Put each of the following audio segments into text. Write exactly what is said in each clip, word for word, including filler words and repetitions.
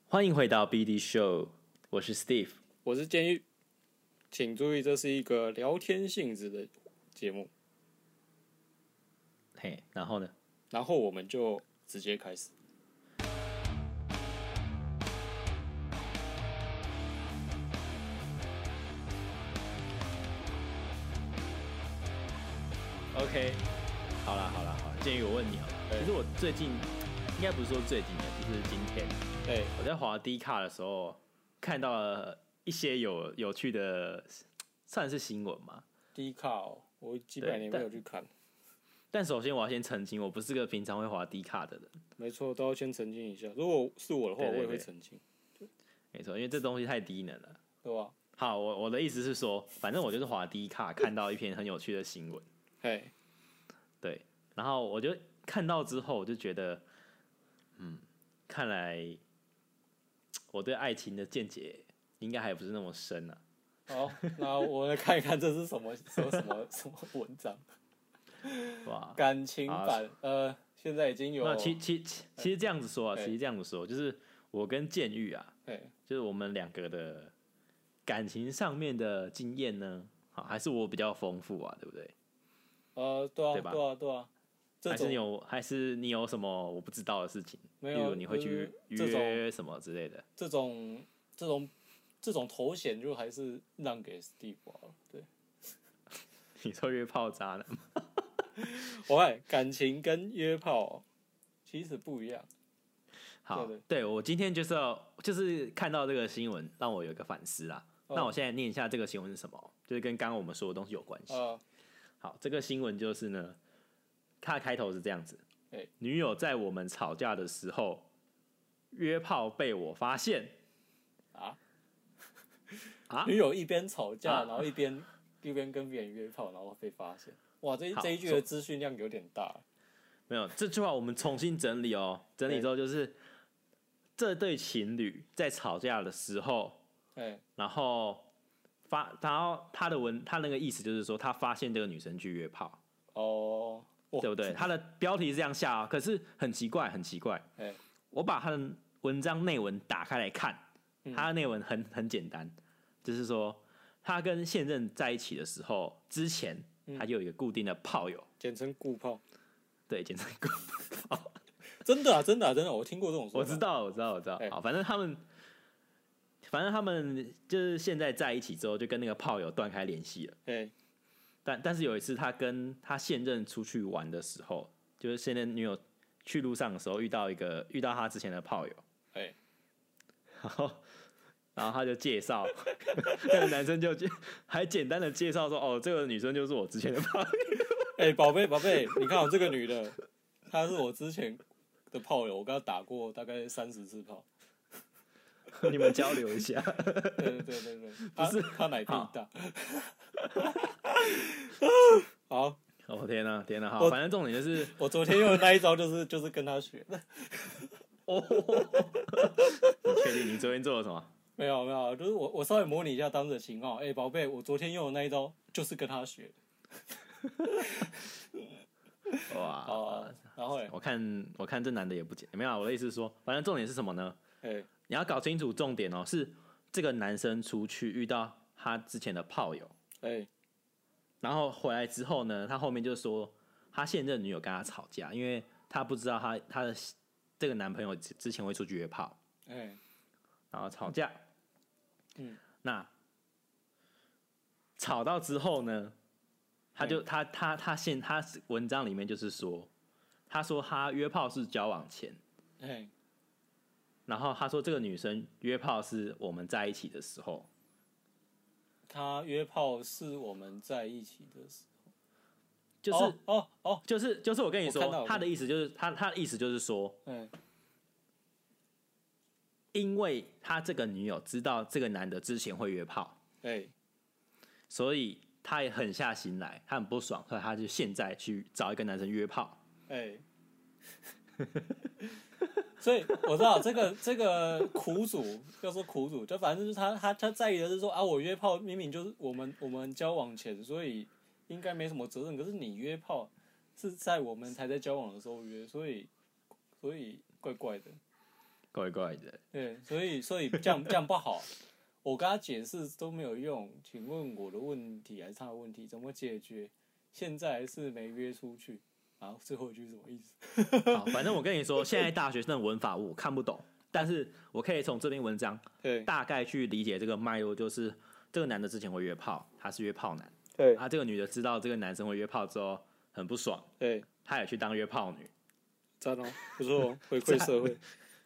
欢迎回到 B D Show， 我是 Steve， 我是监狱，请注意，这是一个聊天性质的节目。 嘿，然后呢？ 然后我们就直接开始。 OK， 好啦好啦好啦，建议我问你啊，其实我最近应该不是说最近的，就是今天， 对， 我在滑 D 卡的时候看到了一些有有趣的，算是新闻嘛。 D 卡哦，我几百年没有去看。 但首先我要先澄清，我不是个平常会滑 D 卡的人。 没错，都要先澄清一下。如果是我的话， 对对对我也会澄清。 没错，因为这东西太低能了， 对吧？ 好，我我的意思是说，反正我就是滑 D 卡看到一篇很有趣的新闻。 嘿， 对，然后我就看到之后，我就觉得，嗯，看来我对爱情的见解应该还不是那么深啊。 好，那我来看一看这是什么什么什么什么文章。 哇， 感情版，啊、呃，现在已经有。 那其其其其实这样子说啊，其实这样子说，就是我跟建玉啊，就是我们两个的感情上面的经验呢，好，还是我比较丰富啊，对不对？ 呃，对啊， 对吧？ 对啊，对啊。 还是你有，还是你有什么我不知道的事情？ 没有， 例如你会去约什么之类的。 这种这种这种头衔就还是让给 Steve 了。对， 你说约炮渣男吗？ 喂，感情跟约炮其实不一样。 好，对, 对我今天就是要就是看到这个新闻，让我有一个反思啦。哦、那我现在念一下这个新闻是什么，就是跟刚刚我们说的东西有关系。呃、好，这个新闻就是呢，它的开头是这样子：欸、女友在我们吵架的时候约炮被我发现。 啊啊！女友一边吵架，啊、然后一边一边跟别人约炮，然后被发现。哇，这这一句的资讯量有点大。 没有，这句话我们重新整理哦。整理之后就是，这对情侣在吵架的时候，然后发，然后他的文，他那个意思就是说，他发现这个女生去约炮。哦，对不对？他的标题是这样下哦，可是很奇怪，很奇怪。我把他的文章内文打开来看，他的内文很很简单，就是说他跟现任在一起的时候，之前。他就有一个固定的炮友， 简称固炮。 对，简称固炮。 真的啊，真的啊，真的，我听过这种说法。 我知道，我知道，我知道。欸、好，反正他们，反正他们就是现在在一起之后，就跟那个炮友断开联系了。欸、但但是有一次，他跟他现任出去玩的时候，就是现任女友去路上的时候，遇到一个遇到他之前的炮友。欸、然后。然后他就介绍，那个男生就还简单的介绍说：“哦，这个女生就是我之前的炮友。” 哎，宝贝宝贝，你看我这个女的，她是我之前的炮友，我跟她打过大概三十次炮。 你们交流一下。 对对对对对，不是她奶变大。好， 哦天哪天哪，好，反正重点就是我昨天用的那一招，就是就是跟她学的。 哦，你确定你昨天做了什么？ 没有没有，就是我我稍微模拟一下当时的情况。哎、欸，宝贝，我昨天用的那一招就是跟他学的。 哇！ 哦，然后我看我看这男的也不简单。没有，我的意思是说，反正重点是什么呢？欸、你要搞清楚重点哦，是这个男生出去遇到他之前的炮友，欸、然后回来之后呢，他后面就说他现任女友跟他吵架，因为他不知道他他的这个男朋友之前会出去约炮，欸、然后吵架。嗯，那吵到之后呢，他就、嗯、他他他现他文章里面就是说，他说他约炮是交往前，欸、然后他说这个女生约炮是我们在一起的时候， 他约炮是我们在一起的时候， 就是哦哦哦， 就是就是我跟你说，他的意思就是他他的意思就是说，嗯。因为他这个女友知道这个男的之前会约炮，欸、所以他也狠下心来，他很不爽，所以他就现在去找一个男生约炮。欸、 所以我知道这个这个苦主，要说苦主，就反正就是他他他在意的是说啊，我约炮明明就是我们我们交往前，所以应该没什么责任，可是你约炮是在我们才在交往的时候约，所以所以怪怪的。 怪怪的。 对，所以所以这样这样不好。我跟他解释都没有用，请问我的问题还是他的问题？怎么解决？现在还是没约出去。然后最后一句是什么意思？ 好，反正我跟你说，现在大学生的文法我看不懂，但是我可以从这篇文章大概去理解这个脉络，就是这个男的之前会约炮，他是约炮男。 对， 啊，这个女的知道这个男生会约炮之后很不爽， 对， 她也去当约炮女， 赞哦，不错，回馈社会。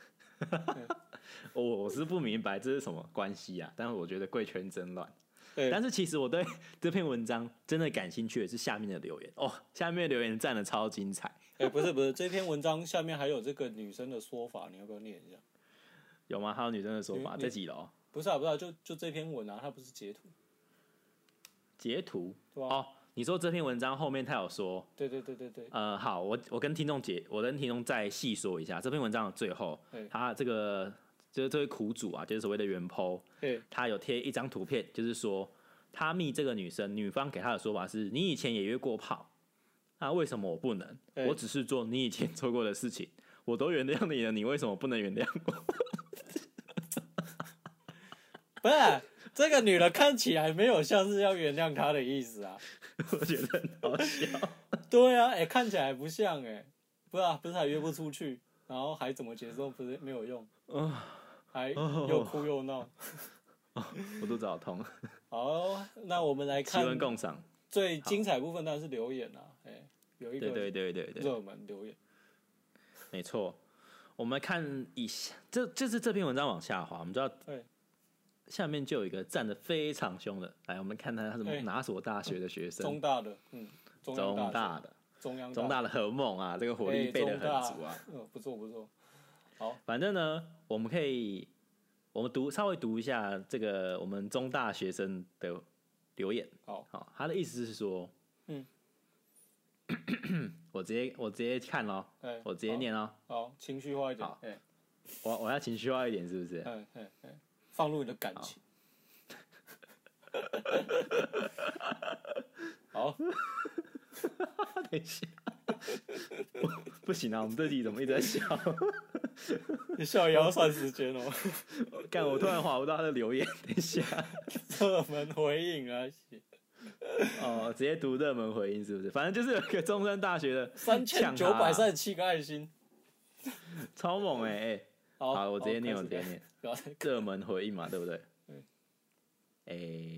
我我是不明白这是什么关系啊，但是我觉得贵圈真乱。但是其实我对这篇文章真的感兴趣的是下面的留言哦，下面的留言站得超精彩。 哎、欸，不是不是，这篇文章下面还有这个女生的说法，你要不要念一下？ 有吗？还有女生的说法？这几楼？ 不是啊，不是啊，就就这篇文啊，它不是截图。 截图？ 对啊。 哦，你说这篇文章后面他有说？ 对对对对对。 呃，好，我我跟听众解，我跟听众再细说一下这篇文章的最后，他这个就是这位苦主啊，就是所谓的原 po， 他有贴一张图片，就是说他密这个女生，女方给他的说法是：你以前也约过炮，那为什么我不能？我只是做你以前做过的事情，我都原谅你了，你为什么不能原谅我？ 不是、啊，这个女的看起来没有像是要原谅他的意思啊， 我觉得很好笑。 对啊，哎、欸，看起来不像哎、欸，不是啊，不是还约不出去，然后还怎么解释都不是没有用，还又哭又闹， 我肚子好痛。 好，那我们来看气温共赏最精彩部分，当然是留言啦、啊，哎、欸，有一个对对对对热门留言， 没错。我们看以下，这就是这篇文章往下滑，我们知道对。下面就有一个站得非常凶的，来，我们看他他是哪所大学的学生？ 中大的，嗯， 中大的， 中央中大的很猛啊，这个火力备得很足啊， 嗯，不错不错。好， 反正呢，我们可以，我们读稍微读一下这个我们中大学生的留言。 好， 好，他的意思是说， 嗯， 我直接我直接看咯，我直接念咯。 好，情绪化一点。 好，我我要情绪化一点，是不是？ 嗯嗯嗯。放入你的感情。好， 等一下，不行啊！我们这集怎么一直在笑？ 你笑也要算时间哦。 干，我突然滑不到他的留言，等一下。 热门回应啊！ 哦，直接读热门回应是不是？反正就是有一个中山大学的三千九百三十七个爱心， 超猛哎、欸！哎，好，好，我直接念，我直接念。热门回应嘛，对不对？哎、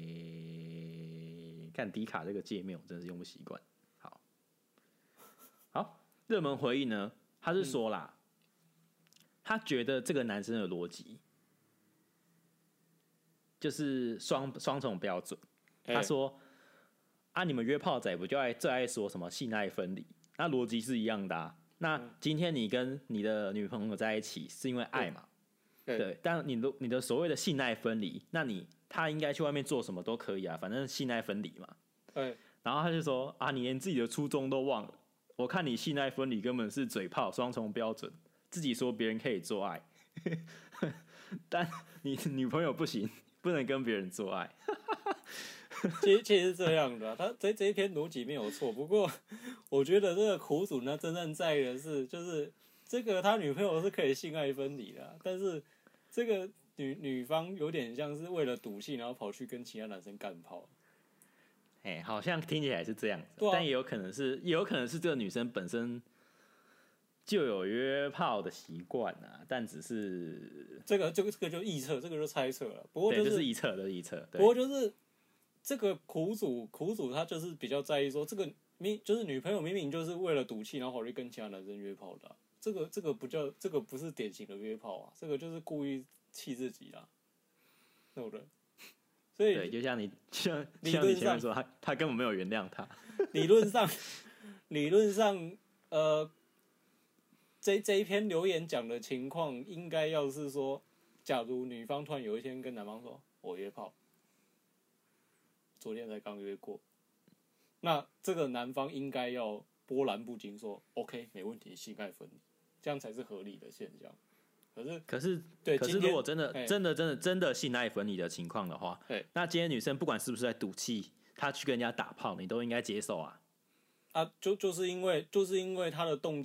欸，看迪卡这个界面，我真是用不习惯。好，好，热门回应呢，他是说啦，嗯、他觉得这个男生的逻辑就是双双重标准。欸、他说啊，你们约炮仔不就爱最爱说什么性爱分离？那逻辑是一样的啊。那今天你跟你的女朋友在一起是因为爱嘛？对，对，但你的你的所谓的性爱分离，那你他应该去外面做什么都可以啊，反正性爱分离嘛。 对， 然后他就说啊，你连自己的初衷都忘了，我看你性爱分离根本是嘴炮，双重标准，自己说别人可以做爱，但你女朋友不行，不能跟别人做爱。 其实其实是这样的、啊，他这这一篇逻辑没有错，不过我觉得这个苦主呢，真正在意的是，就是这个他女朋友是可以性爱分离的、啊，但是这个女女方有点像是为了赌气，然后跑去跟其他男生干炮。 哎、欸，好像听起来是这样子， 啊、 但也有可能是，也有可能是这个女生本身就有约炮的习惯啊，但只是这个这个这个就臆测，这个就猜测了。不过就是臆测的臆测。 不过就是这个苦主苦主他就是比较在意说，这个明就是女朋友明明就是为了赌气，然后跑去跟其他男生约炮的、啊，这个这个不叫这个不是典型的约炮啊，这个就是故意气自己啦，对不对？所以对，就像你像像你前面说，他他根本没有原谅他。 理论上，理论上，呃，这这一篇留言讲的情况，应该要是说，假如女方突然有一天跟男方说：“我约炮，昨天才刚约过。”那这个男方应该要波澜不惊，说 ：“OK， 没问题，性爱分离，这样才是合理的现象。”可是， 可是， 对， 可是如果真的、真的、真的、真的性爱分离的情况的话，那今天女生不管是不是在赌气，她去跟人家打炮，你都应该接受啊。 啊，就就是因为就是因为她的动机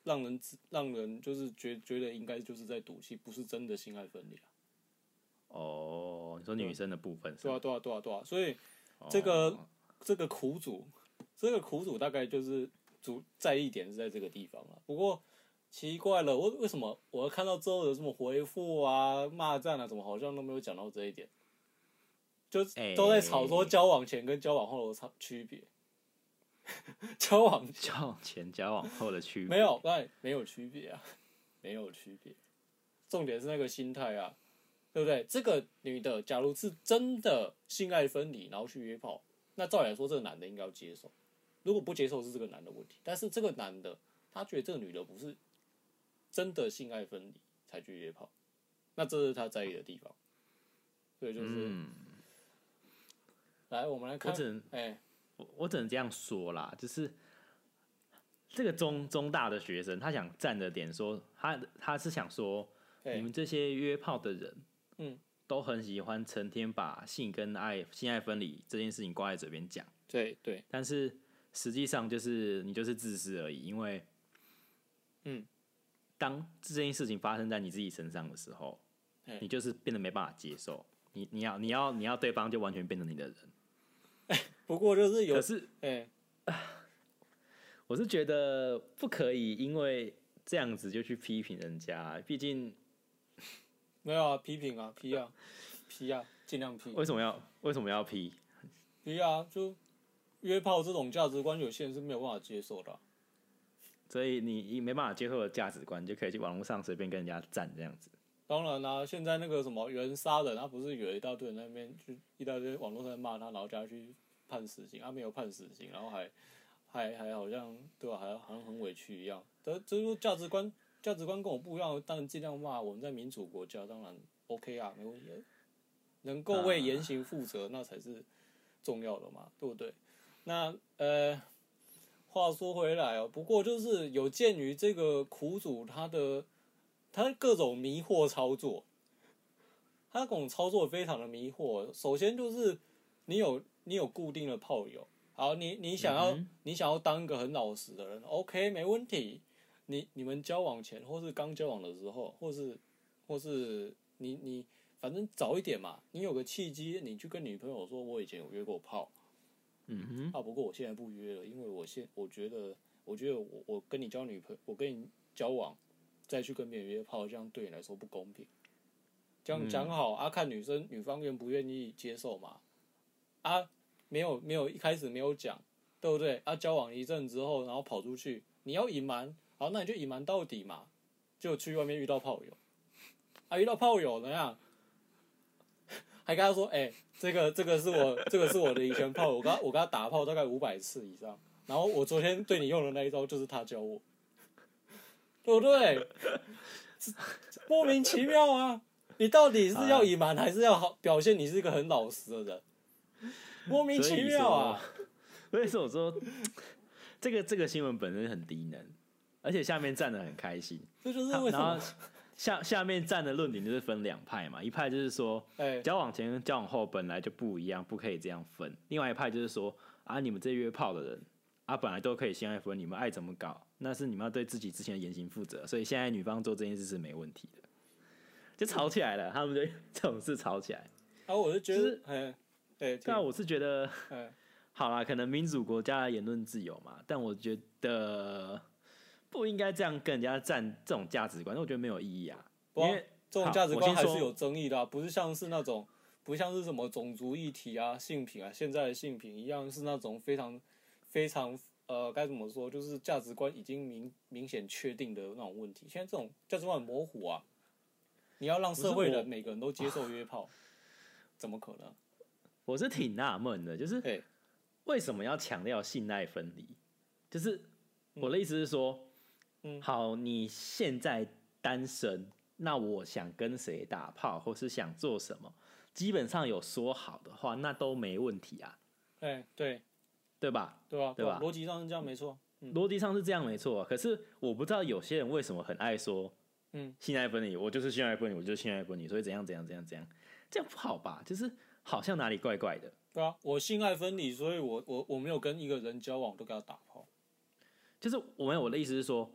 让人让人就是觉觉得应该就是在赌气，不是真的性爱分离啊。 哦，你说女生的部分是？ 对啊，对啊，对啊，对啊，所以这个、哦、这个苦主，这个苦主大概就是主在意点是在这个地方啊。不过奇怪了，我为什么我看到之后有什么回复啊、骂战啊，怎么好像都没有讲到这一点？就都在吵说交往前跟交往后的差区别。交往交往前、交往后的区别没有，哎，没有区别啊，没有区别。重点是那个心态啊，对不对？这个女的，假如是真的性爱分离，然后去约炮，那照理来说，这个男的应该要接受。如果不接受，是这个男的问题。但是这个男的，他觉得这个女的不是真的性爱分离才去约炮，那这是他在意的地方。所以就是，嗯、来，我们来看， 我只能， 哎、欸。 我我只能这样说啦，就是这个中中大的学生，他想站的点说，他他是想说，你们这些约炮的人，嗯，都很喜欢成天把性跟爱、性爱分离这件事情挂在嘴边讲， 对对， 但是实际上就是你就是自私而已，因为， 嗯， 当这件事情发生在你自己身上的时候，你就是变得没办法接受，你你要你要你要对方就完全变成你的人。 不过就是有， 可是， 哎、 欸，我是觉得不可以因为这样子就去批评人家，毕竟没有啊，批评啊，批啊，批啊，尽量批。 为什么要为什么要批？ 批啊，就约炮这种价值观，有些人是没有办法接受的、啊。 所以你没办法接受的价值观，你就可以去网络上随便跟人家战这样子。 当然啦、啊，现在那个什么人杀人，他不是有一大堆人在那边就一大堆网络上骂他，然后叫他去判死刑，他、啊、没有判死刑，然后还还还好像对吧、啊？还好像很委屈一样。这这就是价值观，价值观跟我不一样，当然尽量骂。我们在民主国家，当然 OK 啊，没问题。能够为言行负责，那才是重要的嘛，对不对？那呃，话说回来哦，不过就是有鉴于这个苦主他的。他各种迷惑操作，他各种操作非常的迷惑。首先就是你有你有固定的炮友，好，你你想要、嗯、你想要当一个很老实的人 ，OK， 没问题。你你们交往前或是刚交往的时候，或是或是你你反正早一点嘛，你有个契机，你去跟女朋友说，我以前有约过炮， 嗯哼， 啊，不过我现在不约了，因为我现我觉得我觉得我我跟你交女朋友，我跟你交往。再去跟别人约炮，这样对你来说不公平。这样讲好、嗯、啊，看女生女方愿不愿意接受嘛？啊，没有没有一开始没有讲，对不对？啊，交往一阵之后，然后跑出去，你要隐瞒，好，那你就隐瞒到底嘛。就去外面遇到炮友，啊，遇到炮友怎样？还跟他说，哎、欸，这个这个是我这个是我的以前炮友，我跟他我跟他打炮大概五百次以上，然后我昨天对你用的那一招就是他教我。对不对？莫名其妙啊！你到底是要隐瞒，还是要好表现你是一个很老实的人？莫名其妙啊！ 所以说，我说这个这个新闻本身很低能，而且下面站得很开心。 这就是为什么？ 下下面站的论点就是分两派嘛，一派就是说，欸、交往前跟交往后本来就不一样，不可以这样分；另外一派就是说，啊，你们这些约炮的人。啊，本来都可以性爱分，你们爱怎么搞，那是你们要对自己之前的言行负责。所以现在女方做这件事是没问题的，就吵起来了。他们就这种事吵起来。 啊，我就觉得，哎， 哎，但我是觉得，好啦，可能民主国家的言论自由嘛，但我觉得不应该这样跟人家站这种价值观，我觉得没有意义啊。因为这种价值观还是有争议的、啊，不是像是那种，不像是什么种族议题啊、性平啊，现在的性平一样是那种非常。非常呃，该怎么说？就是价值观已经明明显确定的那种问题。现在这种价值观很模糊啊！你要让社会人每个人都接受约炮，怎么可能？ 我是挺纳闷的，就是为什么要强调性爱分离？就是我的意思是说，嗯，好，你现在单身，那我想跟谁打炮，或是想做什么，基本上有说好的话，那都没问题啊。 对对。 对吧？ 对吧？ 对吧？ 逻辑上是这样，没错。 逻辑上是这样，没错。可是我不知道有些人为什么很爱说，嗯，性爱分离，我就是性爱分离，我就是性爱分离，所以怎样怎样怎样怎样，这样不好吧？就是好像哪里怪怪的。 对啊，我性爱分离，所以我我我没有跟一个人交往，都跟他打炮。 就是我没有我的意思是说，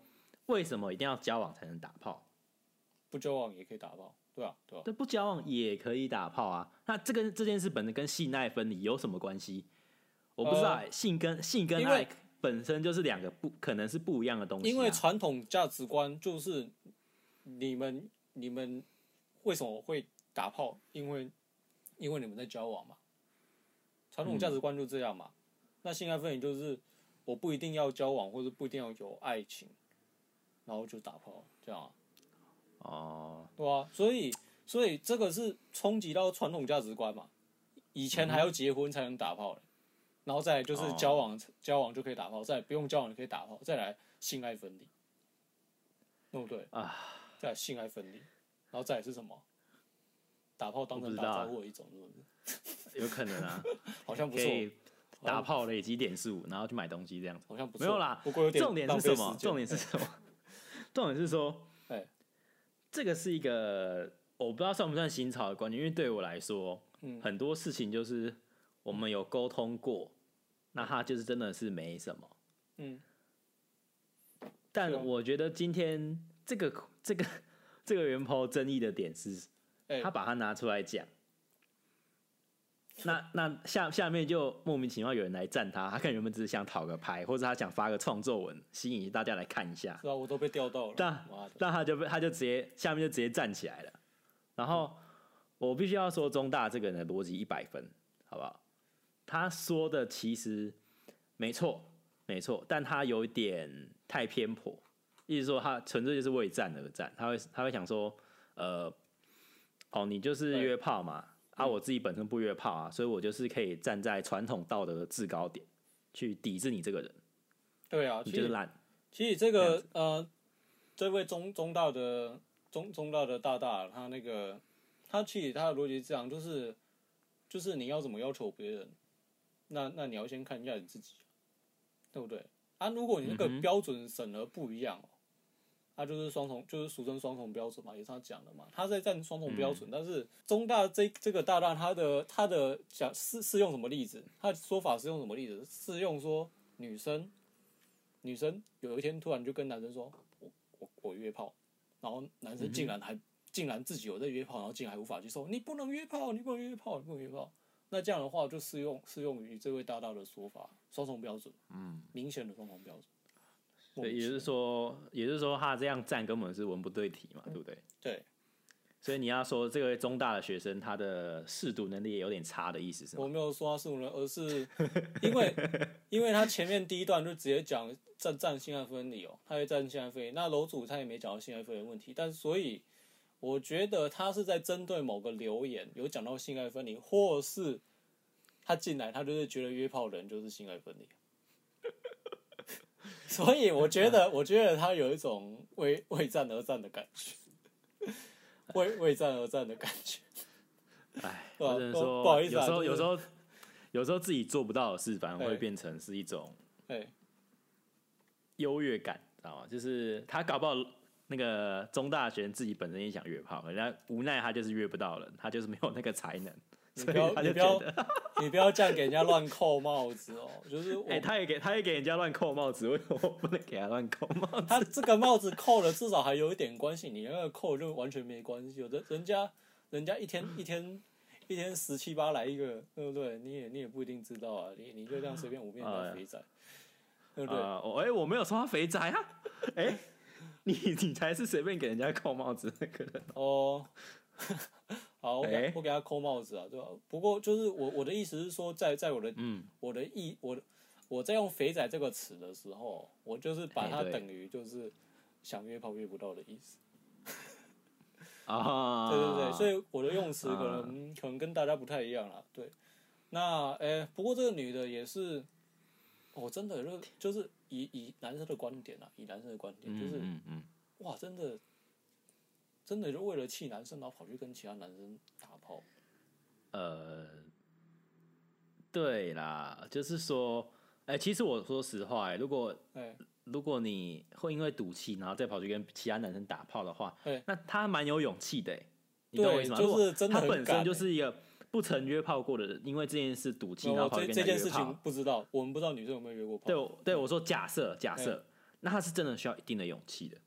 为什么一定要交往才能打炮？ 不交往也可以打炮，对啊，对啊。 对，不交往也可以打炮啊。那这个这件事本身跟性爱分离有什么关系？我不知道、欸呃，性跟性跟爱本身就是两个不可能是不一样的东西、啊。 因为传统价值观就是你们你们为什么会打炮？因为因为你们在交往嘛。传统价值观就这样嘛。嗯、那性爱分离就是我不一定要交往，或者不一定要有爱情，然后就打炮这样啊。 哦， 对啊，所以所以这个是冲击到传统价值观嘛。以前还要结婚才能打炮、嗯、然后再来就是交往、哦、交往就可以打炮，再来不用交往就可以打炮，再来性爱分离，对不对？啊，再来性爱分离，然后再来是什么？打炮当成打招呼的一种，是不是？ 有可能啊， 好像不错。 可以打炮累积点数，然后去买东西这样子， 好像不错。 没有啦， 不过有点重点是什么？重点是什么？重点是说， 哎， 这个是一个我不知道算不算新潮的观念，因为对我来说，嗯，很多事情就是我们有沟通过，那它就是真的是没什么，嗯。但我觉得今天这个这个这个原 po 争议的点是，他把它拿出来讲。那那下下面就莫名其妙有人来赞他，他可能原本只是想讨个拍，或者他想发个创作文，吸引大家来看一下。 是啊，我都被钓到了。 但但他就被他就直接下面就直接站起来了。然后我必须要说中大这个人的逻辑一百分，好不好？他说的其实没错，没错，但他有点太偏颇，意思说他纯粹就是为战而战。他会他会想说，呃，哦，你就是约炮嘛。啊，我自己本身不约炮啊，所以我就是可以站在传统道德的制高点去抵制你这个人。 对啊， 你就是烂。 其实这个这呃，这位中中大的中中大的大大，他那个他其实他的逻辑是这样，就是就是你要怎么要求别人，那那你要先看一下你自己，对不对？啊，如果你那个标准审核不一样哦。他就是双重，就是俗称双重标准嘛，也是他讲的嘛。他在占双重标准，嗯、但是中大这这个大大他的他的讲是是用什么例子？他的说法是用什么例子？是用说女生女生有一天突然就跟男生说，我我我约炮，然后男生竟然还、嗯、竟然自己有在约炮，然后竟然还无法接受，你不能约炮，你不能约炮，你不能约炮。那这样的话就适用适用于这位大大的说法，双重标准，嗯，明显的双重标准。 所以也就是说，也就是说，他这样站根本是文不对题嘛，对不对？ 对。 所以你要说这位中大的学生，他的识读能力也有点差的意思是吗？ 我没有说他识读能力，而是因为因为他前面第一段就直接讲站站性爱分离哦，他会站性爱分离。那楼主他也没讲到性爱分离的问题，但是所以我觉得他是在针对某个留言有讲到性爱分离，或是他进来他就是觉得约炮人就是性爱分离。所以我觉得，我觉得他有一种为为战而战的感觉，为为战而战的感觉。 哎，我只能说， 不好意思、啊， 有时候、就是、有时候有时候自己做不到的事，反而会变成是一种优越感，知道吗？就是他搞不好那个中大学生自己本身也想约炮，人家无奈他就是约不到人，他就是没有那个才能。 你不要，你不要，你不要这样给人家乱扣帽子哦。就是， 哎、欸，他也给，他也给人家乱扣帽子，为什么我不能给他乱扣帽子？ 他这个帽子扣了，至少还有一点关系。你那个扣就完全没关系。有的人家，人家一天一天一天十七八来一个，对不对？你也你也不一定知道啊。你你就这样随便五遍当肥仔，呃、对不对？ 哎、呃欸，我没有说他肥仔啊。哎、欸，你你才是随便给人家扣帽子那个人哦。好，我给、欸、我给他扣帽子啊，对吧？不过就是我我的意思是说在，在在我的嗯我的意我我在用肥仔这个词的时候，我就是把它等于就是想约炮约不到的意思。 啊， 对对对，所以我的用词可能、啊、可能跟大家不太一样啦。对，那诶、欸，不过这个女的也是，我、哦、真的就就是以以男生的观点啊，以男生的观点就是，嗯嗯嗯哇，真的。真的就为了气男生，然后跑去跟其他男生打炮。 呃，对啦，就是说，哎、欸，其实我说实话、欸，如果、欸、如果你会因为赌气，然后再跑去跟其他男生打炮的话，欸、那他蛮有勇气的、欸，你懂我意思吗？ 就是真的很他本身就是一个不曾约炮过的人，因为这件事赌气，然后跑去跟人家约炮。 这件事情不知道，我们不知道女生有没有约过炮。 对，对我说假设假设。欸那他是真的需要一定的勇气的，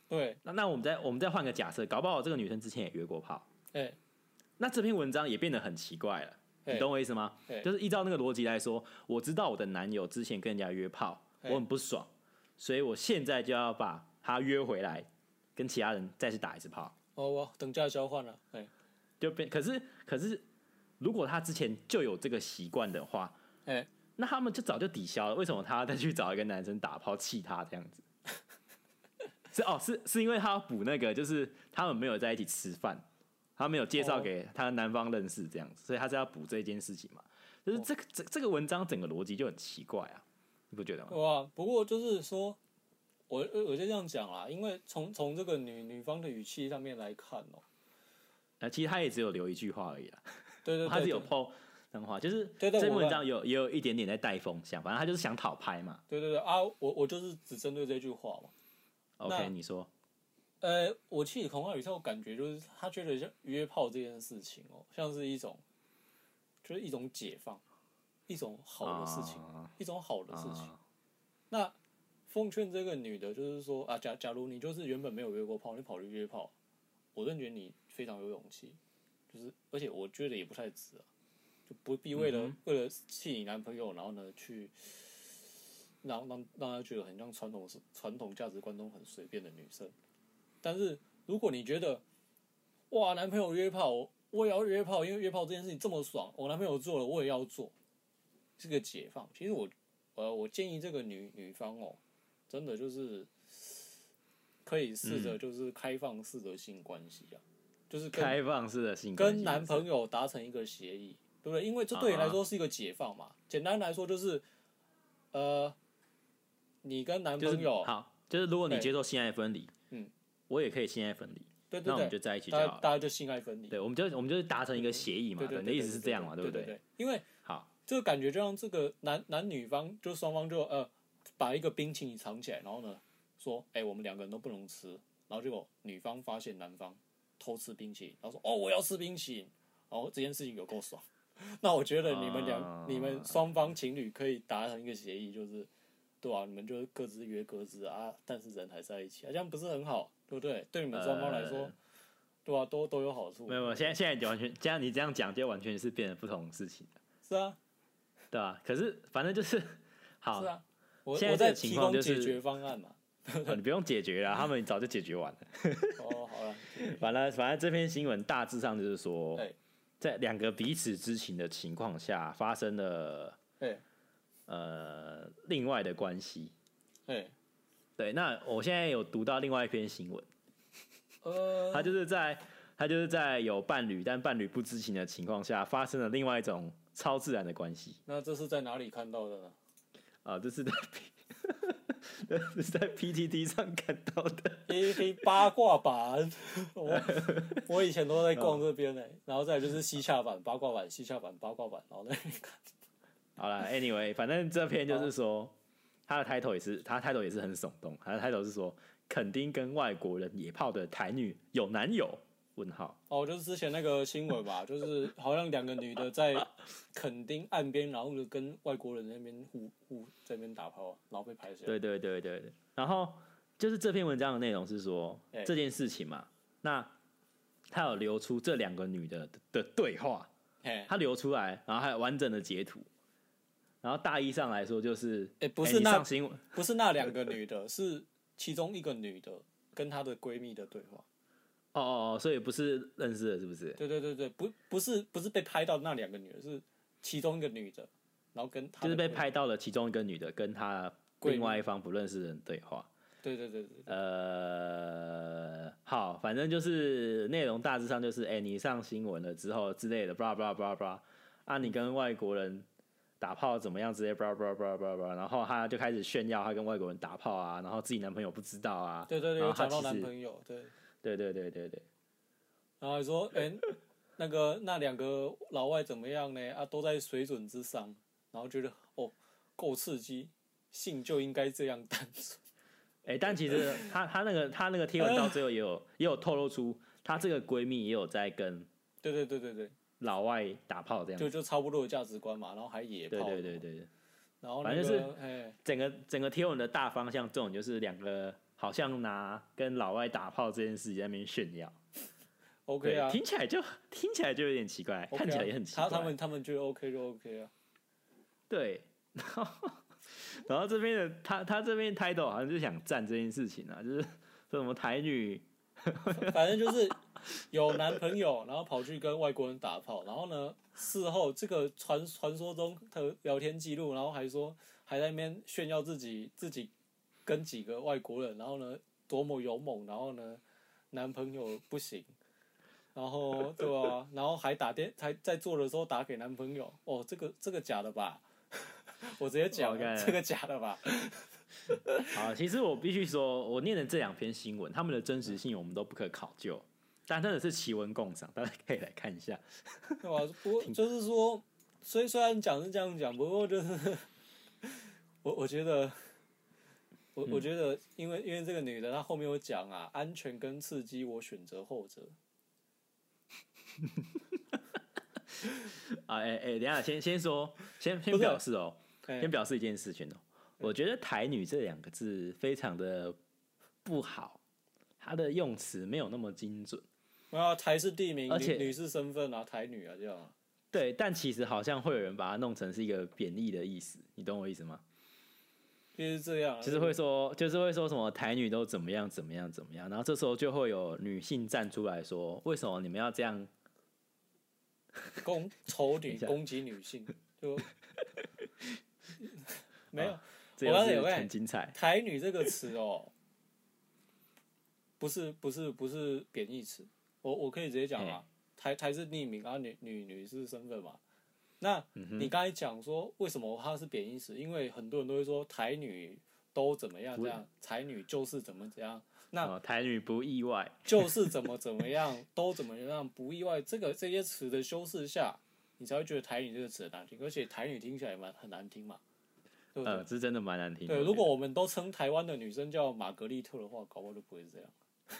对， 那那我们再我们再换个假设，搞不好这个女生之前也约过炮， 哎、欸， 那这篇文章也变得很奇怪了，欸、你懂我意思吗？ 欸、 就是依照那个逻辑来说，我知道我的男友之前跟人家约炮，欸、我很不爽，所以我现在就要把他约回来，跟其他人再去打一次炮。 哦，我等价交换了，哎、欸， 就变，可是可是，如果他之前就有这个习惯的话， 哎、欸， 那他们就早就抵消了。为什么他要再去找一个男生打炮气他这样子？是哦，是是因为他要补那个，就是他们没有在一起吃饭，他没有介绍给他男方认识这样子，所以他是要补这件事情嘛。就是这个这这个文章整个逻辑就很奇怪啊，你不觉得吗？ 哇，不过就是说，我我就这样讲啦，因为从从这个女女方的语气上面来看哦、喔， 呃，其实他也只有留一句话而已啦。 对对对， 他是有 po 那话，就是这篇文章有也有一点点在带风向，反正他就是想讨拍嘛。 对对对啊，我我就是只针对这句话嘛。 OK， 你说。 呃，我其实从他语气，我感觉就是他觉得像约炮这件事情哦、喔，像是一种，就是一种解放，一种好的事情，啊、一种好的事情。啊、那奉劝这个女的，就是说啊，假假如你就是原本没有约过炮，你跑去约炮，我真觉得你非常有勇气，就是而且我觉得也不太值啊，就不必为了、嗯、为了气你男朋友，然后呢去。让让让他觉得很像传统传统价值观中很随便的女生，但是如果你觉得哇男朋友约炮，我我也要约炮，因为约炮这件事情这么爽，我男朋友做了我也要做，是个解放。其实我呃我建议这个女女方哦，真的就是可以试着就是开放式的性关系啊，嗯、就是开放式的性关系跟男朋友达成一个协议，对不对？因为这对你来说是一个解放嘛。Uh-huh. 简单来说就是呃。你跟男朋友、 就是、好，就是如果你接受性爱分离，嗯，我也可以性爱分离， 对对对， 那我们就在一起就好了， 大家就性爱分离， 对，我们就我们就是达成一个协议嘛，对，你的意思是这样嘛，对不对？ 对对对，因为好， 这个感觉就让这个男男女方就双方就呃把一个冰淇淋藏起来，然后呢说，哎、欸，我们两个人都不能吃，然后结果女方发现男方偷吃冰淇淋，然后说，哦，我要吃冰淇淋，然后这件事情有够爽，那我觉得你们两、uh... 你们双方情侣可以达成一个协议，就是。对啊，你们就各自约各自啊，但是人还在一起，啊，这样不是很好，对不对？对你们双方来说，呃、对啊，都都有好处。 没有，没有，现在现在就完全，这样你这样讲，就完全是变成不同的事情了。 是啊， 对啊，可是反正就是好。 是啊，我现在这个情况就是解决方案嘛。 哦、你不用解决了，他们早就解决完了。 哦，好了。 反正反正这篇新闻大致上就是说，在两个彼此知情的情况下发生了。 对。 呃，另外的关系， 对， 对，那我现在有读到另外一篇新闻， 呃， 他就是在他就是在有伴侣但伴侣不知情的情况下，发生了另外一种超自然的关系。 那这是在哪里看到的呢？ 啊，这是在这是在 P T T 上看到的。 A P 八卦版，我我以前都在逛这边呢、欸，然后再来就是西洽版、八卦版、西洽版、八卦版，然后在那边看。 好了 ，Anyway， 反正这篇就是说，他的 title 也是，他的 title 也是很耸动。他的 title 是说，垦丁跟外国人野炮的台女有男友？问号。 哦，就是之前那个新闻吧，就是好像两个女的在垦丁岸边，然后就跟外国人那边互互在那边打炮，然后被拍下来。 对对对对对。然后就是这篇文章的内容是说、欸、这件事情嘛，那他有流出这两个女的的对话，他流出来，然后还有完整的截图。然后大意上来说就是， 哎、欸，不是那、欸、不是那两个女的，是其中一个女的跟她的闺蜜的对话。 哦哦哦，所以不是认识的，是不是？ 对对对对，不不是不是被拍到那两个女的，是其中一个女的，然后跟她就是被拍到了其中一个女的跟她另外一方不认识的人对话。 对对对 对, 对。 呃，好，反正就是内容大致上就是，哎、欸，你上新闻了之后之类的，blah blah blah blah， 啊，你跟外国人打炮怎么样之类 ，blah blah blah blah blah， 然后他就开始炫耀他跟外国人打炮啊，然后自己男朋友不知道啊。 对对对，有讲到男朋友，对。 对对对对对。 然后还说，哎、欸，那个那两个老外怎么样呢？啊，都在水准之上，然后觉得哦，够刺激，性就应该这样单纯。 哎、欸，但其实他他那个他那个贴文到最后也有、呃、也有透露出，她这个闺蜜也有在跟。 对对对对对。 老外打炮这样子， 就就差不多的价值观嘛，然后还野炮， 对对对对对， 然后、那個、 反正就是整个整个贴文的大方向，这种就是两个好像拿跟老外打炮这件事在那边炫耀。 OK 啊， 听起来就听起来就有点奇怪， okay 啊、 看起来也很奇怪。 他他们他们觉得 OK 就 OK 啊。 对，然后然后这边的他他这边 title 好像就想赞这件事情啊，就是说什么台女， 反正就是有男朋友，然后跑去跟外国人打炮，然后呢事后这个传传说中的聊天记录，然后还说还在那边炫耀自己自己跟几个外国人，然后呢多么勇猛，然后呢男朋友不行。然后对啊，然后还打电，还在做的时候打给男朋友。哦，这个这个假的吧？我直接讲，这个假的吧？ 好，其实我必须说，我念的这两篇新闻，他们的真实性我们都不可考究，但真的是奇闻共赏，大家可以来看一下。 对吧？不过就是说，虽虽然讲是这样讲，不过就是我我觉得，我我觉得，因为因为这个女的她后面有讲啊，安全跟刺激，我选择后者。 啊，哎、欸、哎、欸，等一下，先先说，先先表示哦、喔，先表示一件事情哦、喔，我觉得“台女”这两个字非常的不好，它的用词没有那么精准。 啊，台是地名， 而且女是身份啊，台女啊，这样、啊。 对，但其实好像会有人把它弄成是一个贬义的意思，你懂我意思吗？ 就是这样、啊， 就是会说，就是会说什么台女都怎么样怎么样怎么样，然后这时候就会有女性站出来说，为什么你们要这样？ 攻丑女攻击女性，就没有。 哦、我刚才有很精彩。 台女这个词哦，不是不是不是贬义词，我我可以直接讲嘛。台台是匿名，然后女女女是身份嘛。那你刚才讲说为什么它是贬义词？因为很多人都会说台女都怎么样这样，台女就是怎么怎样。那、 哦、台女不意外， 就是怎么怎么样，都怎么样不意外。这个这些词的修饰下，你才会觉得台女这个词很难听，而且台女听起来蛮很难听嘛，对不对？ 呃，这真的蛮难听的。 对，如果我们都称台湾的女生叫玛格丽特的话，搞不好就不会这样。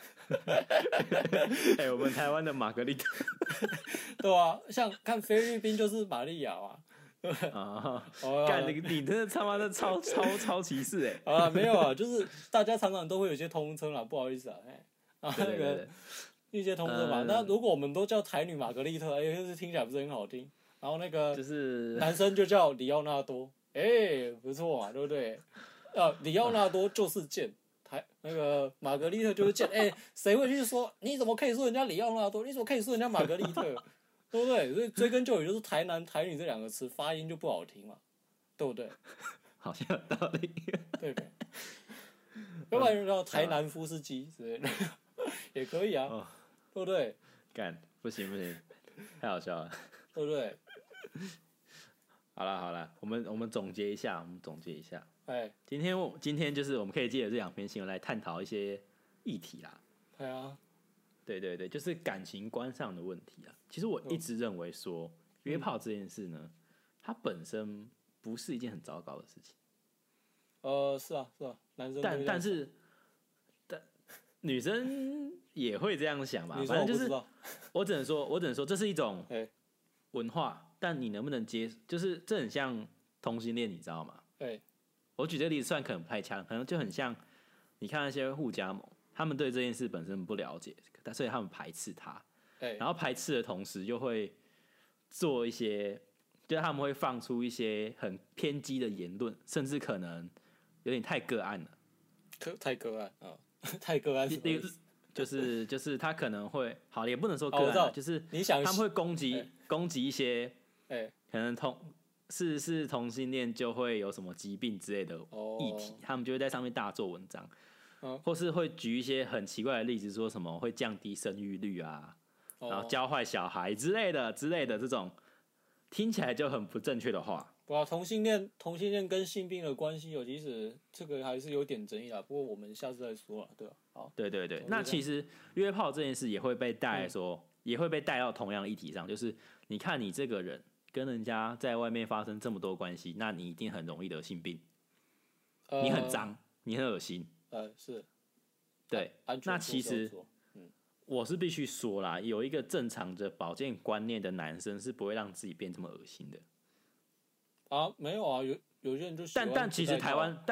哎、欸，我们台湾的玛格丽特， 对啊，像看菲律宾就是玛利亚嘛。 啊！干你你真的他妈的超超超歧视哎、 欸！啊，没有啊，就是大家常常都会有一些通称啦，不好意思啊，哎、欸，啊那个一些通称嘛、呃。那如果我们都叫台女玛格丽特，哎、欸，就是听起来不是很好听。然后那个就是男生就叫里奥纳多，哎、欸，不错嘛，对不对？呃，里奥纳多就是贱，台那个玛格丽特就是贱，哎、欸，谁会去说你怎么可以说人家里奥纳多？你怎么可以说人家玛格丽特？对不对？所以追根究底，就是台男、台女这两个词发音就不好听嘛，对不对？ 好像有道理， 对不对？要不然就叫台南夫斯基之类的也可以啊，哦、对不对？ 干，不行不行，太好笑了， 对不对？ 好了好了，我们我们总结一下，我们总结一下。 哎， 今天我今天就是我们可以借着这两篇新闻来探讨一些议题啦。 对啊。 对对对，就是感情观上的问题啊。其实我一直认为说，约炮这件事呢，它本身不是一件很糟糕的事情。 呃，是啊，是啊，男生但但是，但女生也会这样想吧？反正就是，我只能说，我只能说，这是一种文化。但你能不能接，就是这很像同性恋，你知道吗？ 对。 我举这个例子，虽然可能不太强，可能就很像，你看那些互加盟。他们对这件事本身不了解，所以他们排斥它。 欸、 然后排斥的同时，又会做一些，就是他们会放出一些很偏激的言论，甚至可能有点太个案了。 可太个案啊，太个案是什么意思？ 就是就是他可能会好，也不能说个案、 哦， 就是你想他们会攻击、 欸、 攻击一些， 欸、 可能同是是同性恋就会有什么疾病之类的议题，哦、他们就会在上面大做文章。或是会举一些很奇怪的例子，说什么会降低生育率啊，哦、然后教坏小孩之类的之类的这种听起来就很不正确的话。 不啊，同性恋同性恋跟性病的关系有，其实这个还是有点争议啦。不过我们下次再说了，对吧？好， 对对对，那其实约炮这件事也会被带来说，嗯、也会被带到同样的议题上，就是你看你这个人跟人家在外面发生这么多关系，那你一定很容易得性病，呃、你很脏，你很恶心。 呃，是， 对，那其实，嗯，我是必须说啦，有一个正常的保健观念的男生是不会让自己变这么恶心的。 啊，没有啊，有有些人就喜欢但但其实台湾，但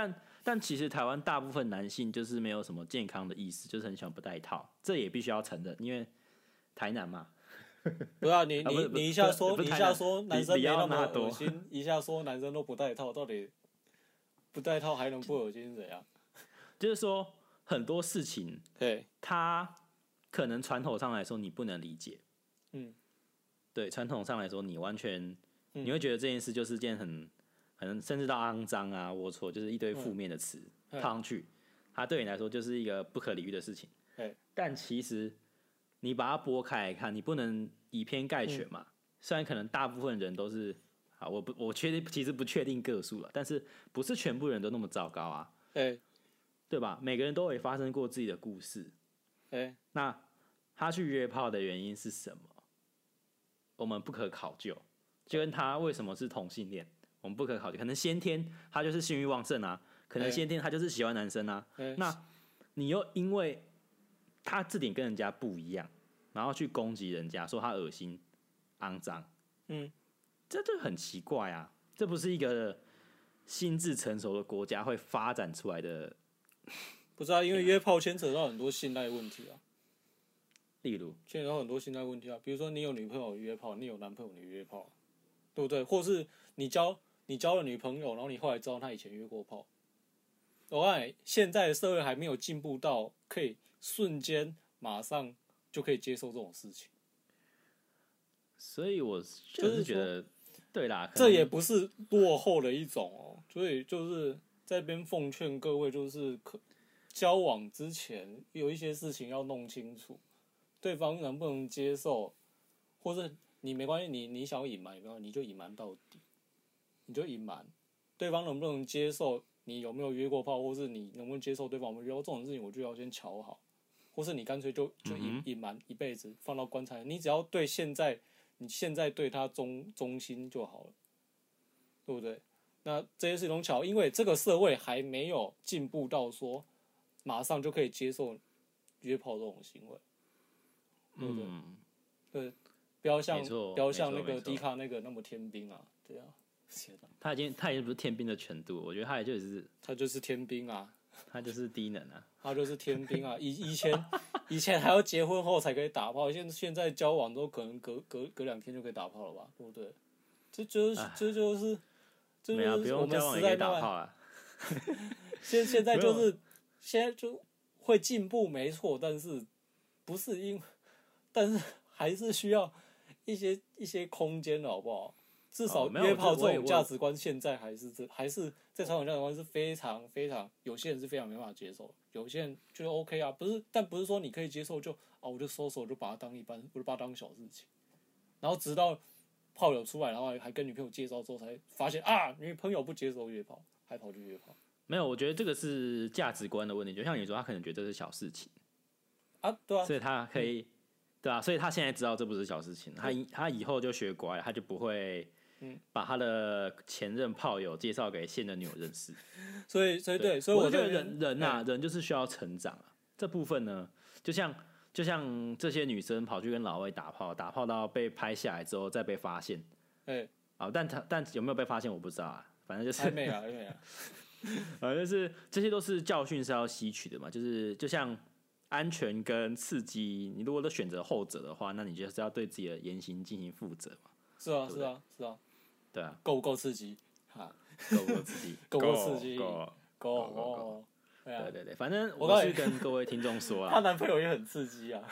但其实台湾大部分男性就是没有什么健康的意识，就是很喜欢不戴套，这也必须要承认，因为台南嘛。 不是啊，你你你一下说你一下说男生没那么恶心，一下说男生都不戴套，到底不戴套还能不恶心怎样？ 就是说很多事情， 对， 他可能传统上来说你不能理解，嗯，对，传统上来说你完全你会觉得这件事就是件很可能甚至到肮脏啊、龌龊，就是一堆负面的词套上去，它对你来说就是一个不可理喻的事情。但其实你把它拨开来看，你不能以偏概全嘛。嗯、虽然可能大部分人都是，啊，我不我确定其实不确定个数了，但是不是全部人都那么糟糕啊？ 对， 对吧？每个人都会发生过自己的故事。 对， 那他去约炮的原因是什么？我们不可考究，就跟他为什么是同性恋，我们不可考究。可能先天他就是性欲旺盛啊，可能先天他就是喜欢男生啊。那你又因为他这点跟人家不一样，然后去攻击人家，说他恶心、肮脏，嗯，这就很奇怪啊！这不是一个心智成熟的国家会发展出来的。 不是啊，因为约炮牵扯到很多信赖问题啊。 例如， 牵扯到很多信赖问题啊，比如说你有女朋友约炮，你有男朋友你约炮，对不对？或是你交你交了女朋友，然后你后来知道她以前约过炮。我看现在的社会还没有进步到可以瞬间马上就可以接受这种事情， 所以我就是觉得，对啦， 这也不是落后的一种哦。所以就是在这边奉劝各位，就是交往之前有一些事情要弄清楚，对方能不能接受，或是你没关系，你你想要隐瞒，没关系，你就隐瞒到底，你就隐瞒，对方能不能接受？你有没有约过炮，或是你能不能接受对方有没有约过这种事情，我就要先瞧好，或是你干脆就就隐隐瞒一辈子，放到棺材。你只要对现在，你现在对他忠忠心就好了，对不对？那这些是一种巧，因为这个社会还没有进步到说马上就可以接受约炮这种行为，对不对？嗯、对，不要像不要像那个迪卡那个那么天兵啊，对啊。 他已经他已经不是天兵的程度，我觉得他也就是他就是天兵啊， 他就是低能啊， 他就是天兵啊。以以前以前还要结婚后才可以打炮，现现在交往都可能隔隔隔两天就可以打炮了吧，对不对？这就是这就是这就是我们时代打炮啊。 现现在就是现在就会进步没错，但是不是因，但是还是需要一些一些空间的好不好？至少约炮这种价值观现在还是这还是在传统价值观是非常非常有些人是非常没办法接受，有些人觉得 OK 啊，不是，但不是说你可以接受就啊我就收手，我就把它当一般，我就把它当小事情，然后直到炮友出来，然后还跟女朋友介绍之后才发现啊女朋友不接受约炮，还跑去约炮。 没有，我觉得这个是价值观的问题，就像你说，他可能觉得这是小事情啊，对啊， 所以他可以、嗯、对啊，所以他现在知道这不是小事情，他他以后就学乖，他就不会。嗯，把他的前任炮友介绍给现任女友认识， 所以，所以对，所以我觉得人人啊，人就是需要成长啊。这部分呢，就像就像这些女生跑去跟老外打炮，打炮到被拍下来之后再被发现，哎、欸，啊，但他但有没有被发现我不知道啊，反正就是还没啊，还没啊， 反正就是这些都是教训是要吸取的嘛，就是就像安全跟刺激，你如果都选择后者的话，那你就是要对自己的言行进行负责嘛。 是啊，是啊，是啊。 对啊， 够不够刺激？哈， 够不够刺激？ 够不够刺激？ 够够够。 对对对，反正我是跟各位听众说啊， 她男朋友也很刺激啊。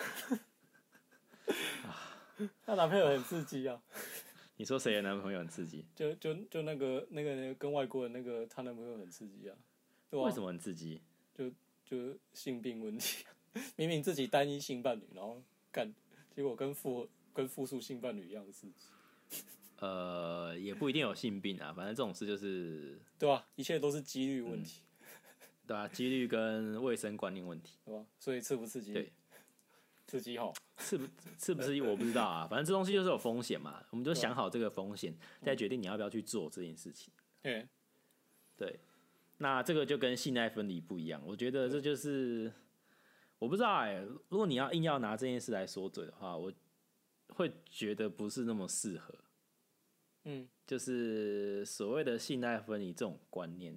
她男朋友很刺激啊。 你说谁的男朋友很刺激？ 就就就那个那个那个跟外国人那个，她男朋友很刺激啊。 为什么很刺激？ 就就性病问题，明明自己单一性伴侣，然后干，结果跟复跟复数性伴侣一样刺激。 呃，也不一定有性病啊，反正这种事就是对吧、啊？一切都是几率问题， 嗯、对啊，几率跟卫生观念问题， 对吧？所以刺不刺激？ 对， 刺激好， 刺不刺不刺激我不知道啊，反正这东西就是有风险嘛，我们就想好这个风险，再决定你要不要去做这件事情。 对， 对，那这个就跟性爱分离不一样，我觉得这就是我不知道哎、欸，如果你要硬要拿这件事来说嘴的话，我会觉得不是那么适合。嗯，就是所谓的性爱分离这种观念，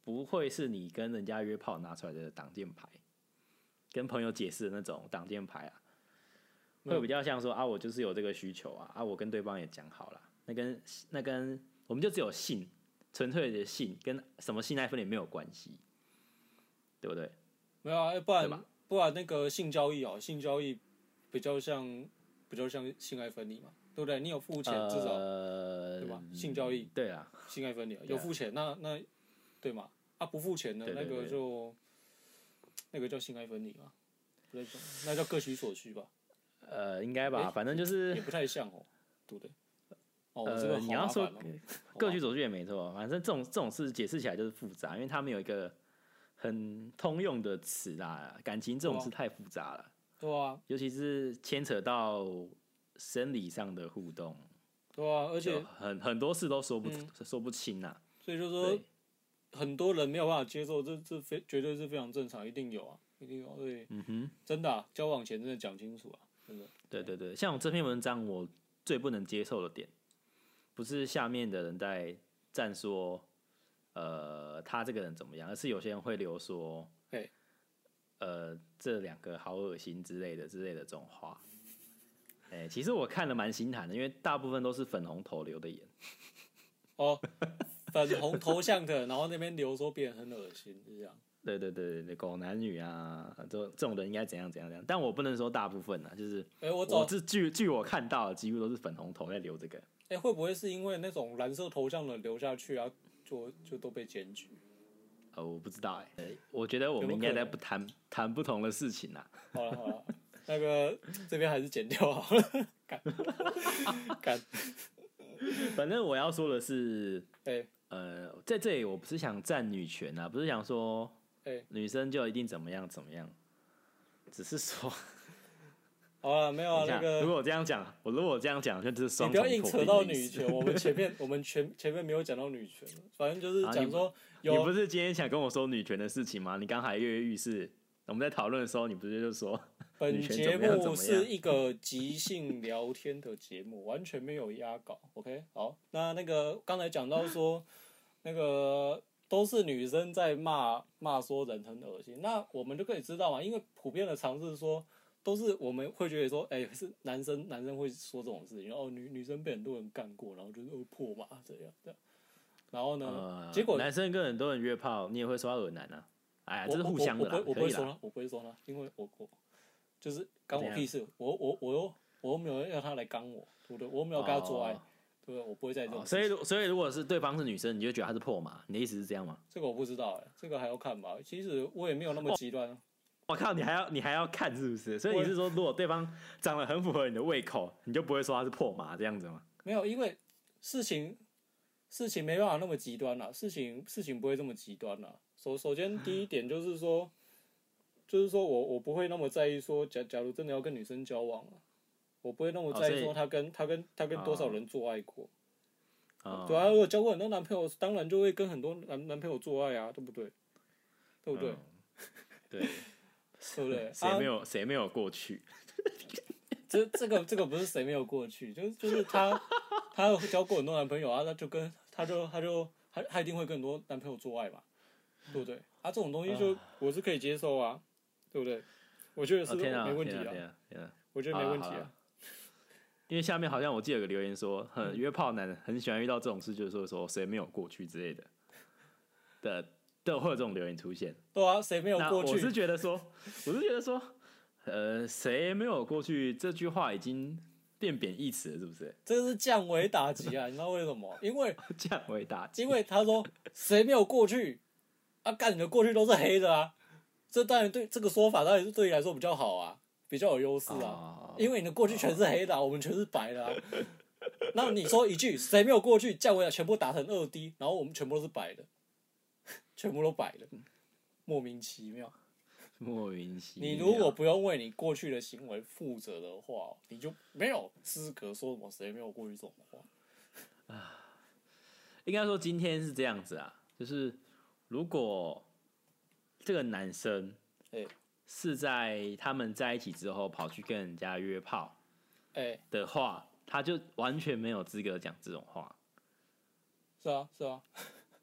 不会是你跟人家约炮拿出来的挡箭牌，跟朋友解释的那种挡箭牌啊，会比较像说啊，我就是有这个需求啊，啊，我跟对方也讲好了，那跟那跟我们就只有性，纯粹的性，跟什么性爱分离没有关系，对不对？ 没有啊，不然不然那个性交易啊，性交易比较像比较像性爱分离嘛，对不对？你有付钱，至少、呃、对吧？性交易对啊， 性爱分离、啊、有付钱，那那对嘛？啊，不付钱的对对对那个就那个叫性爱分离嘛，不对，那叫各取所需吧？ 呃，应该吧，反正就是也不太像哦，对不对？哦， 呃， 这个你要说哦各取所需也没错，反正这种这种事解释起来就是复杂，因为他们有一个很通用的词啦，感情这种事太复杂了， 对啊， 尤其是牵扯到生理上的互动， 对啊，而且很很多事都说不、嗯、说不清呐、啊， 所以就说很多人没有办法接受，这这非绝对是非常正常，一定有啊，一定有，对， 嗯哼， 真的、啊，交往前真的讲清楚啊，真的， 对对对，像我这篇文章我最不能接受的点，不是下面的人在赞说，呃，他这个人怎么样，而是有些人会留说，呃，这两个好恶心之类的之类的这种话。哎、欸，其实我看了蛮心寒的，因为大部分都是粉红头留的言。 哦，粉红头像的，然后那边留说别人很恶心，是这样。 对对对对，狗男女啊，这这种人应该怎样怎样怎样，但我不能说大部分啊，就是，哎、欸，我我是据据我看到的，几乎都是粉红头在留这个。 哎、欸，会不会是因为那种蓝色头像的留下去啊，就就都被检举？ 呃，我不知道哎、欸，我觉得我们应该在不谈谈不同的事情啊。 好了好了，那个这边还是剪掉好了，干干。 反正我要说的是， 哎、欸， 呃，在这里我不是想占女权啊，不是想说， 哎， 女生就一定怎么样怎么样，只是说。 好了，没有啊。那个， 如果我这样讲，我如果我这样讲，就是双重否定的意思。你不要硬扯到女权，我们前面我们前前面没有讲到女权，反正就是讲说有、 啊你。你不是今天想跟我说女权的事情吗？你刚才跃跃欲试，我们在讨论的时候，你不是就说本节目是一个即兴聊天的节目，完全没有压稿。OK， 好，那那个刚才讲到说，那个都是女生在骂骂说人很恶心，那我们就可以知道嘛，因为普遍的常识说。都是我们会觉得说，哎、欸，是男生男生会说这种事情，哦，女女生被很多人干过，然后就是破马这样这样，然后呢，呃、结果男生跟很多人约炮，你也会说他恶男啊？哎呀，这是互相的啦， 我我我不会说他，我不会说他，因为我我就是干我屁事，我我我又我又没有要他来干我，对不对？我又没有跟他做爱，哦、对不对？我不会在这种、哦。 所以所以如果是对方是女生，你就觉得他是破马？你的意思是这样吗？ 这个我不知道哎、欸，这个还要看吧。其实我也没有那么极端。哦我靠，你还要你还要看是不是？所以你是说，如果对方长得很符合你的胃口，你就不会说他是破马这样子吗？ 没有，因为事情事情没办法那么极端啦，事情事情不会这么极端啦。首首先第一点就是说，就是说我我不会那么在意说，假假如真的要跟女生交往啊，我不会那么在意说他跟、哦、他跟他跟多少人做爱过。哦、对啊，如果交过很多男朋友，当然就会跟很多男男朋友做爱啊，对不对？对不对？嗯、 对。 对不对？ 谁没有谁、啊、没有过去？ 这这个这个不是谁没有过去，就是就是他他交过很多男朋友啊，他就跟他就他就他他一定会跟很多男朋友做爱嘛，对不对？啊，这种东西就、uh, 我是可以接受啊，对不对？我觉得是没问题啊， okay 啊 okay 啊 okay 我觉得没问题啊。 啊因为下面好像我记得有个留言说，嗯、约炮男很喜欢遇到这种事，就是说说谁没有过去之类的的。都会有这种留言出现， 对啊，谁没有过去？ 我是觉得说，我是觉得说，呃，谁没有过去这句话已经变贬义词了，是不是？ 这是降维打击啊！你知道为什么？因为降维打击， 因为他说谁没有过去，啊，干你的过去都是黑的啊！这当然对这个说法当然是对你来说比较好啊，比较有优势啊，哦、因为你的过去全是黑的、啊，哦、我们全是白的啊。那你说一句谁没有过去，降维打全部打成二 D， 然后我们全部都是白的。全部都摆了，莫名其妙。 莫名其妙。 你如果不用为你过去的行为负责的话，你就没有资格说什么谁没有过去这种话。 啊，应该说今天是这样子啊，就是如果这个男生是在他们在一起之后跑去跟人家约炮，的话，他就完全没有资格讲这种话。 是啊，是啊。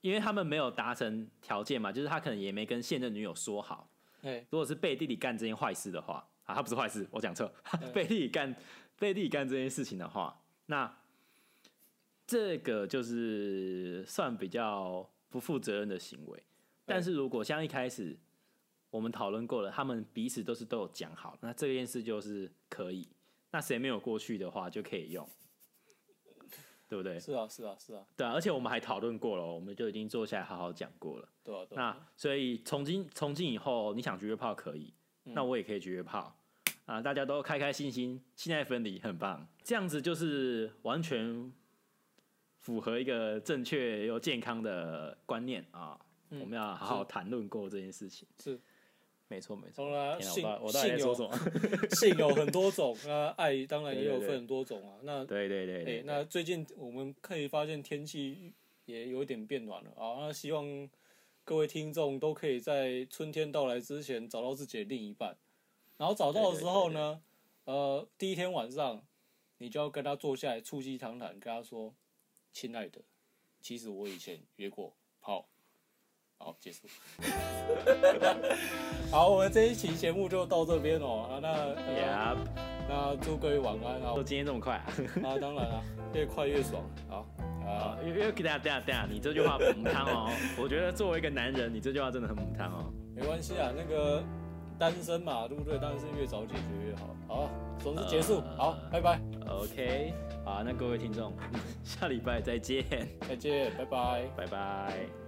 因为他们没有达成条件嘛，就是他可能也没跟现任女友说好。如果是背地里干这件坏事的话，啊，他不是坏事，我讲错，背地里干背地里干这件事情的话，那这个就是算比较不负责任的行为。但是如果像一开始我们讨论过了，他们彼此都是都有讲好，那这件事就是可以。那谁没有过去的话就可以用，对不对？ 是啊，是啊，是啊。 对啊，而且我们还讨论过了，我们就已经坐下来好好讲过了。 对啊，对啊。那所以从今从今以后，你想去约炮可以，嗯、那我也可以去约炮啊，大家都开开心心，性爱分离，很棒。这样子就是完全符合一个正确又健康的观念啊。嗯、我们要好好谈论过这件事情。 是。 没错没错， 性我到底在说什么？ 性有很多种，那爱当然也有分很多种啊。那对对 对, 对, 对、欸， 那最近我们可以发现天气也有一点变暖了啊。那希望各位听众都可以在春天到来之前找到自己的另一半，然后找到的时候呢，对对对对呃，第一天晚上你就要跟他坐下来促膝长谈，跟他说：“亲爱的，其实我以前约过炮。”好，结束。好，我们这一期节目就到这边哦。啊，那、呃 yep. 那祝各位晚安。 都今天这么快啊？ 啊，当然啊，越快越爽。好，啊， 因为等下等下等下，你这句话母汤哦。我觉得作为一个男人，你这句话真的很母汤哦。 没关系啊，那个单身嘛，对不对？当然是越早解决越好。好，总之结束。呃、好，拜拜。 OK， 好，那各位听众，下礼拜再见。 再见，拜拜， 拜拜。